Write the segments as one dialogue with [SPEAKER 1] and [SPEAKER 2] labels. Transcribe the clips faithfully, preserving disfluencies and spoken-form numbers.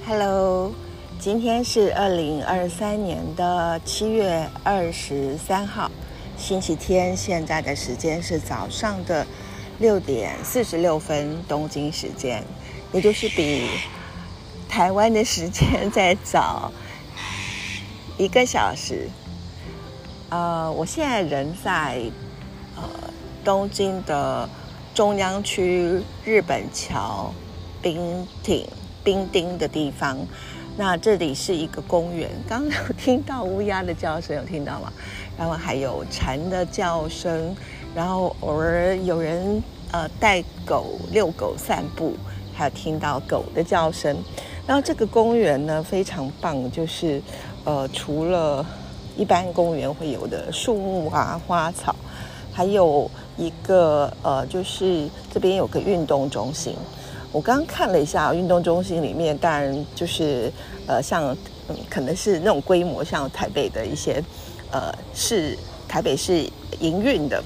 [SPEAKER 1] Hello， 今天是二零二三年的七月二十三号，星期天，现在的时间是早上的六点四十六分，东京时间，也就是比台湾的时间再早一个小时。呃，我现在人在呃东京的中央区日本桥滨町滨町的地方。那这里是一个公园，刚刚有听到乌鸦的叫声，有听到吗？然后还有蝉的叫声，然后偶尔有人呃带狗遛狗散步，还有听到狗的叫声。然后这个公园呢非常棒，就是呃除了一般公园会有的树木啊、花草，还有一个呃就是这边有个运动中心。我刚刚看了一下运动中心里面，当然就是呃像嗯可能是那种规模像台北的一些呃市台北市营运的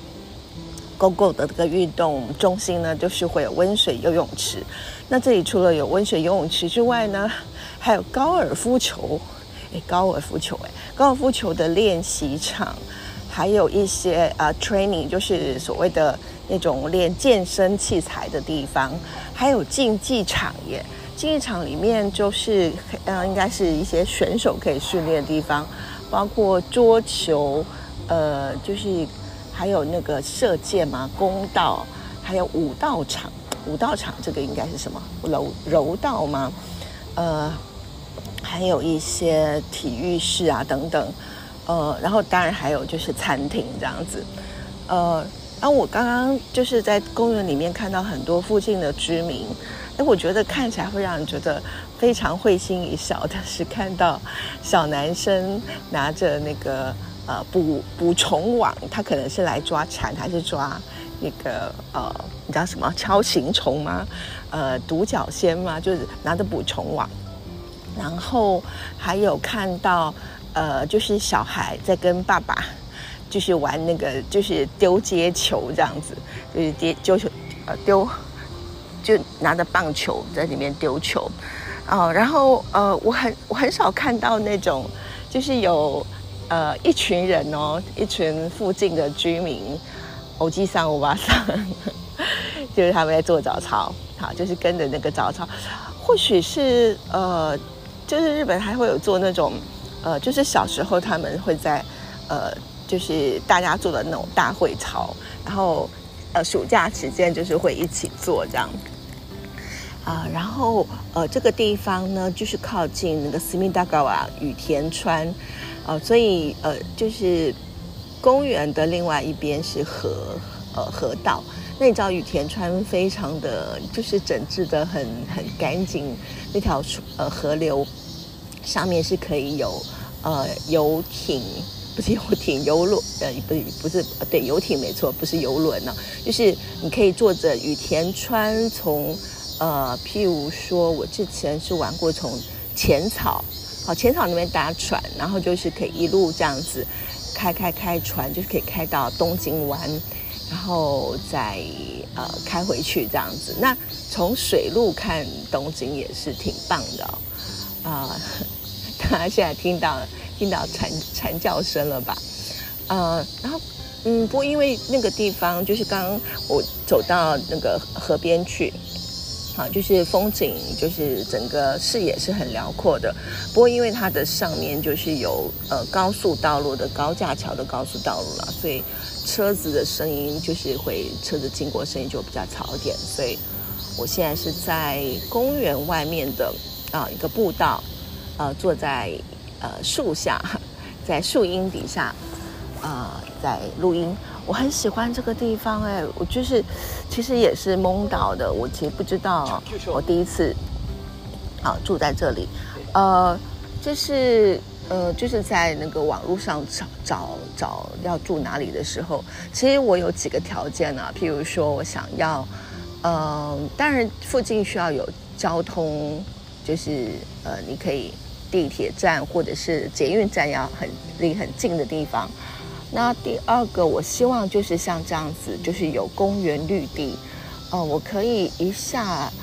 [SPEAKER 1] Go Go 的这个运动中心呢，就是会有温水游泳池。那这里除了有温水游泳池之外呢，还有高尔夫球，哎高尔夫球哎高尔夫球的练习场，还有一些呃 training， 就是所谓的那种练健身器材的地方，还有竞技场耶。竞技场里面就是呃，应该是一些选手可以训练的地方，包括桌球，呃，就是还有那个射箭嘛，弓道，还有武道场。武道场这个应该是什么？柔柔道吗？呃，还有一些体育室啊等等，呃，然后当然还有就是餐厅这样子，呃。然后我刚刚就是在公园里面看到很多附近的居民，哎，我觉得看起来会让人觉得非常会心一笑的是看到小男生拿着那个呃捕捕虫网，他可能是来抓蝉还是抓那个呃你知道什么锹形虫吗？呃独角仙吗？就是拿着捕虫网，然后还有看到呃就是小孩在跟爸爸。就是玩那个，就是丢接球这样子，就是接丢球，呃，丢就拿着棒球在里面丢球，哦，然后呃，我很我很少看到那种，就是有呃一群人哦，一群附近的居民，欧吉桑、欧巴桑，就是他们在做早操，好，就是跟着那个早操，或许是呃，就是日本还会有做那种，呃，就是小时候他们会在呃。就是大家做的那种大会操，然后呃暑假期间就是会一起做这样啊、呃，然后呃这个地方呢就是靠近那个思密达高瓦羽田川啊、呃，所以呃就是公园的另外一边是河呃河道，那你知道羽田川非常的就是整治的很很干净，那条呃河流上面是可以有呃游艇。不是游艇，游轮，呃，不是不是，对，游艇没错，不是游轮呢、啊，就是你可以坐着羽田川从，呃，譬如说我之前是玩过从浅草，好，浅草那边搭船，然后就是可以一路这样子开开开船，就是可以开到东京湾，然后再呃开回去这样子。那从水路看东京也是挺棒的啊、哦，呃，大家现在听到了。听到蝉蝉叫声了吧？呃，然后，嗯，不过因为那个地方就是刚刚我走到那个河边去，好，就是风景，就是整个视野是很辽阔的。不过因为它的上面就是有呃高速道路的高架桥的高速道路了，所以车子的声音就是会车子经过声音就比较吵一点。所以我现在是在公园外面的啊、呃、一个步道，呃，坐在。呃，树下，在树荫底下，呃，在录音。我很喜欢这个地方，哎，我就是其实也是懵到的。我其实不知道，我第一次啊住在这里，呃，就是呃就是在那个网络上找找找要住哪里的时候，其实我有几个条件啊，譬如说我想要，呃，当然附近需要有交通，就是呃你可以。地铁站或者是捷运站要很离很近的地方。那第二个，我希望就是像这样子，就是有公园绿地，呃，我可以一下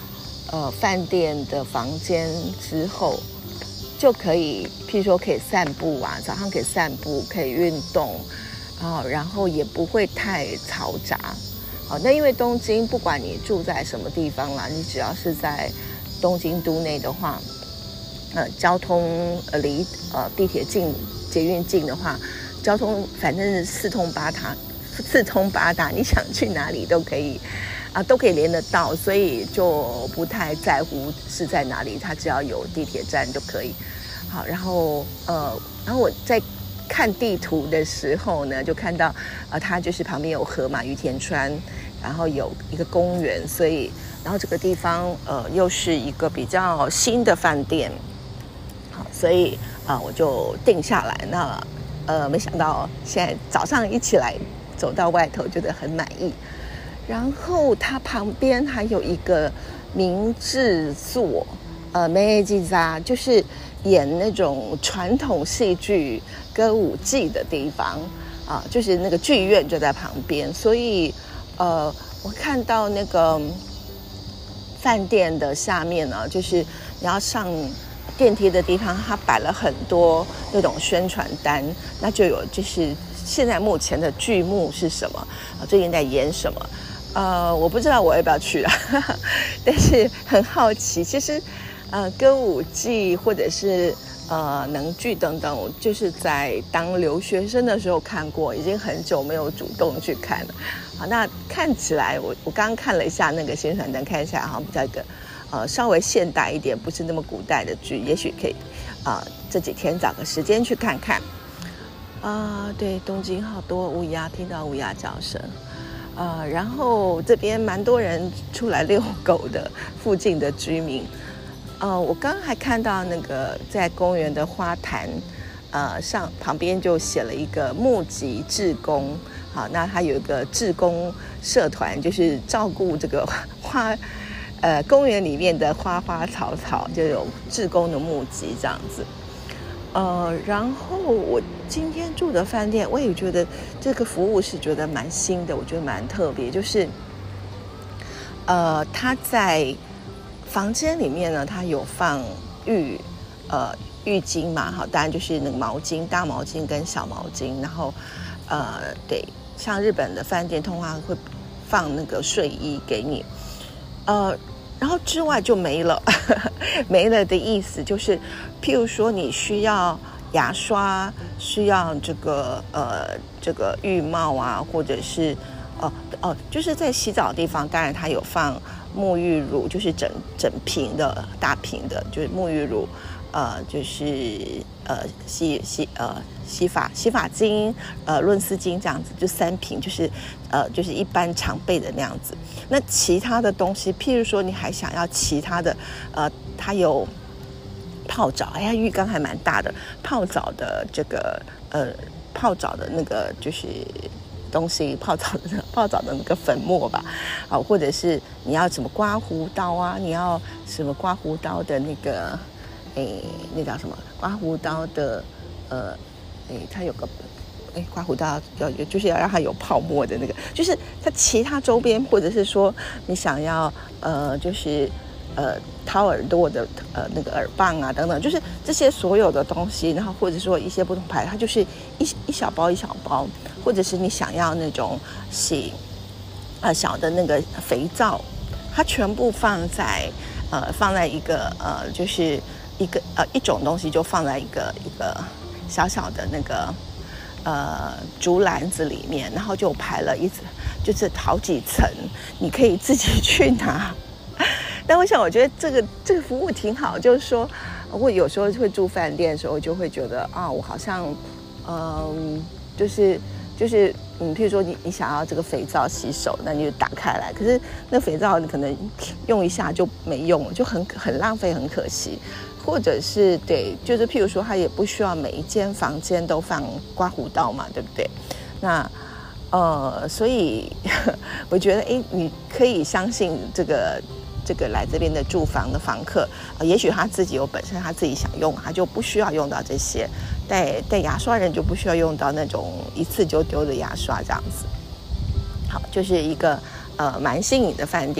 [SPEAKER 1] 呃饭店的房间之后，就可以，譬如说可以散步啊，早上可以散步，可以运动，啊，然后也不会太嘈杂。好，那因为东京不管你住在什么地方啦，你只要是在东京都内的话，呃，交通呃离呃地铁近、捷运近的话，交通反正是四通八达，四通八达，你想去哪里都可以啊，都可以连得到，所以就不太在乎是在哪里，它只要有地铁站就可以。好，然后呃，然后我在看地图的时候呢，就看到呃，它就是旁边有河嘛，于田川，然后有一个公园，所以然后这个地方呃又是一个比较新的饭店，好，所以啊、呃、我就定下来。那呃没想到现在早上一起来走到外头，觉得很满意。然后它旁边还有一个明治座，呃，梅吉扎，就是演那种传统戏剧歌舞伎的地方啊，就是那个剧院就在旁边，所以呃，我看到那个饭店的下面呢，就是你要上电梯的地方，它摆了很多那种宣传单，那就有就是现在目前的剧目是什么啊，最近在演什么。呃，我不知道我要不要去啊，但是很好奇。其实，呃，歌舞伎或者是呃能剧等等，我就是在当留学生的时候看过，已经很久没有主动去看了。好，那看起来我我刚刚看了一下那个宣传单，看起来好像比较一个呃稍微现代一点，不是那么古代的剧，也许可以啊、呃、这几天找个时间去看看。啊、呃，对，东京好多乌鸦，听到乌鸦叫声。呃，然后这边蛮多人出来遛狗的，附近的居民。呃，我刚刚还看到那个在公园的花坛，呃，上旁边就写了一个募集志工。好，那他有一个志工社团，就是照顾这个花，呃，公园里面的花花草草，就有志工的募集这样子。呃，然后我今天住的饭店，我也觉得这个服务是觉得蛮新的，我觉得蛮特别，就是呃，他在房间里面呢，他有放浴呃浴巾嘛，好，当然就是那个毛巾，大毛巾跟小毛巾，然后呃，对，像日本的饭店通常会放那个睡衣给你，呃。然后之外就没了，没了的意思就是，譬如说你需要牙刷，需要这个呃这个浴帽啊，或者是哦哦，就是在洗澡的地方，当然它有放沐浴乳，就是整整瓶的大瓶的，就是沐浴乳，呃，就是呃洗洗呃洗发洗发精，呃润丝精这样子，就三瓶，就是呃就是一般常备的那样子。那其他的东西，譬如说你还想要其他的，呃，它有泡澡，哎呀，浴缸还蛮大的，泡澡的这个呃泡澡的那个就是东西，泡澡的泡澡的那个粉末吧，啊，或者是你要什么刮胡刀啊，你要什么刮胡刀的那个，哎，那叫什么刮胡刀的，呃，哎，它有个。哎，刮胡刀要就是要让它有泡沫的那个，就是它其他周边，或者是说你想要呃，就是呃掏耳朵的呃那个耳棒啊等等，就是这些所有的东西，然后或者说一些不同牌，它就是一一小包一小包，或者是你想要那种洗呃小的那个肥皂，它全部放在呃放在一个呃就是一个呃一种东西就放在一个一个小小的那个。呃，竹篮子里面，然后就排了一层，就是好几层，你可以自己去拿。但我想，我觉得这个这个服务挺好，就是说，我有时候会住饭店的时候，就会觉得啊，我好像，嗯、呃，就是就是嗯，譬如说你你想要这个肥皂洗手，那你就打开来，可是那肥皂你可能用一下就没用了，就很很浪费，很可惜。或者是对，就是譬如说，它也不需要每一间房间都放刮胡刀嘛，对不对？那呃，所以我觉得，哎，你可以相信这个这个来这边的住房的房客，呃、也许他自己有本身他自己想用，他就不需要用到这些。带带牙刷人就不需要用到那种一次就丢的牙刷这样子。好，就是一个呃蛮新颖的饭店。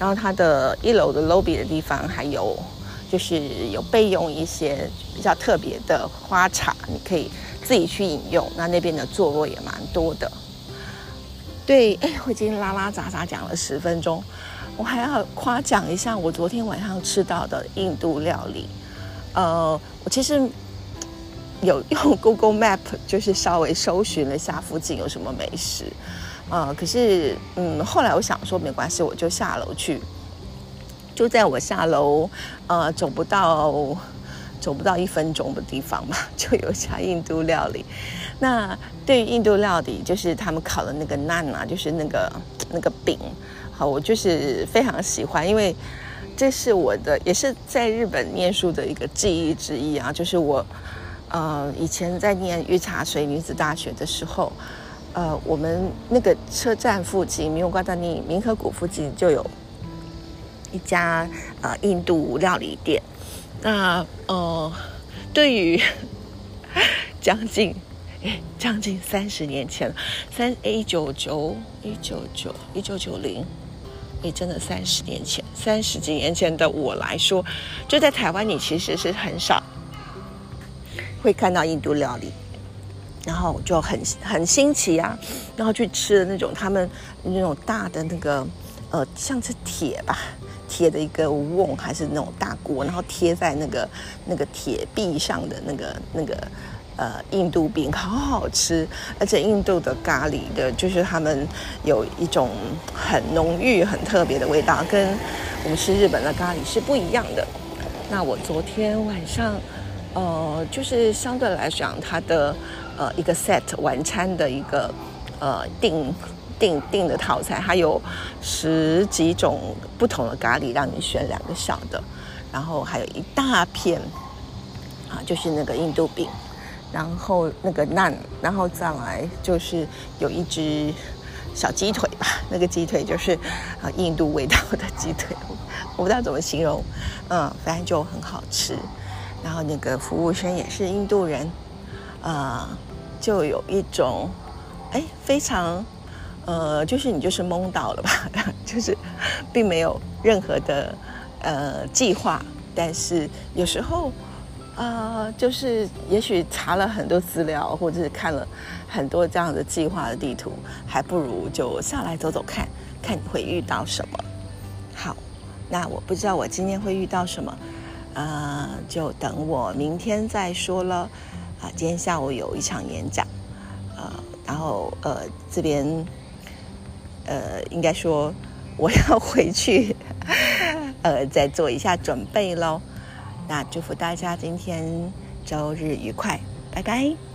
[SPEAKER 1] 然后它的一楼的 lobby 的地方还有就是有备用一些比较特别的花茶，你可以自己去饮用。那那边的座位也蛮多的。对，哎，我已经拉拉杂杂讲了十分钟，我还要夸奖一下我昨天晚上吃到的印度料理。呃，我其实有用 Google Map 就是稍微搜寻了一下附近有什么美食，呃，可是嗯，后来我想说没关系，我就下楼去。就在我下楼，呃，走不到走不到一分钟的地方嘛，就有一家印度料理。那对于印度料理，就是他们烤的那个 naan 啊，就是那个那个饼，好，我就是非常喜欢，因为这是我的，也是在日本念书的一个记忆之一啊。就是我呃以前在念御茶水女子大学的时候，呃，我们那个车站附近，明瓜大尼明和谷附近就有一家呃印度料理店。那呃，对于将近哎将近三十年前，三一九九一九九一九九零，哎，真的三十年前，三十几年前的我来说，就在台湾，你其实是很少会看到印度料理。然后就很很新奇啊，然后去吃的那种他们那种大的那个呃像是铁吧，铁的一个瓮还是那种大锅，然后贴在那个那个铁壁上的那个那个呃印度饼，好好吃。而且印度的咖喱的，就是他们有一种很浓郁很特别的味道，跟我们吃日本的咖喱是不一样的。那我昨天晚上呃就是相对来讲它的呃，一个 set 晚餐的一个呃订订订的套餐，还有十几种不同的咖喱让你选两个小的，然后还有一大片啊，就是那个印度饼，然后那个 naan， 然后再来就是有一只小鸡腿吧，那个鸡腿就是啊印度味道的鸡腿，我不知道怎么形容，嗯，反正就很好吃。然后那个服务生也是印度人。呃，就有一种，哎，非常，呃，就是你就是懵到了吧，就是并没有任何的呃计划，但是有时候，呃，就是也许查了很多资料，或者是看了很多这样的计划的地图，还不如就下来走走看，看你会遇到什么。好，那我不知道我今天会遇到什么，呃，就等我明天再说了。啊，今天下午有一场演讲，呃，然后呃这边呃应该说我要回去，呃再做一下准备咯。那祝福大家今天周日愉快，拜拜。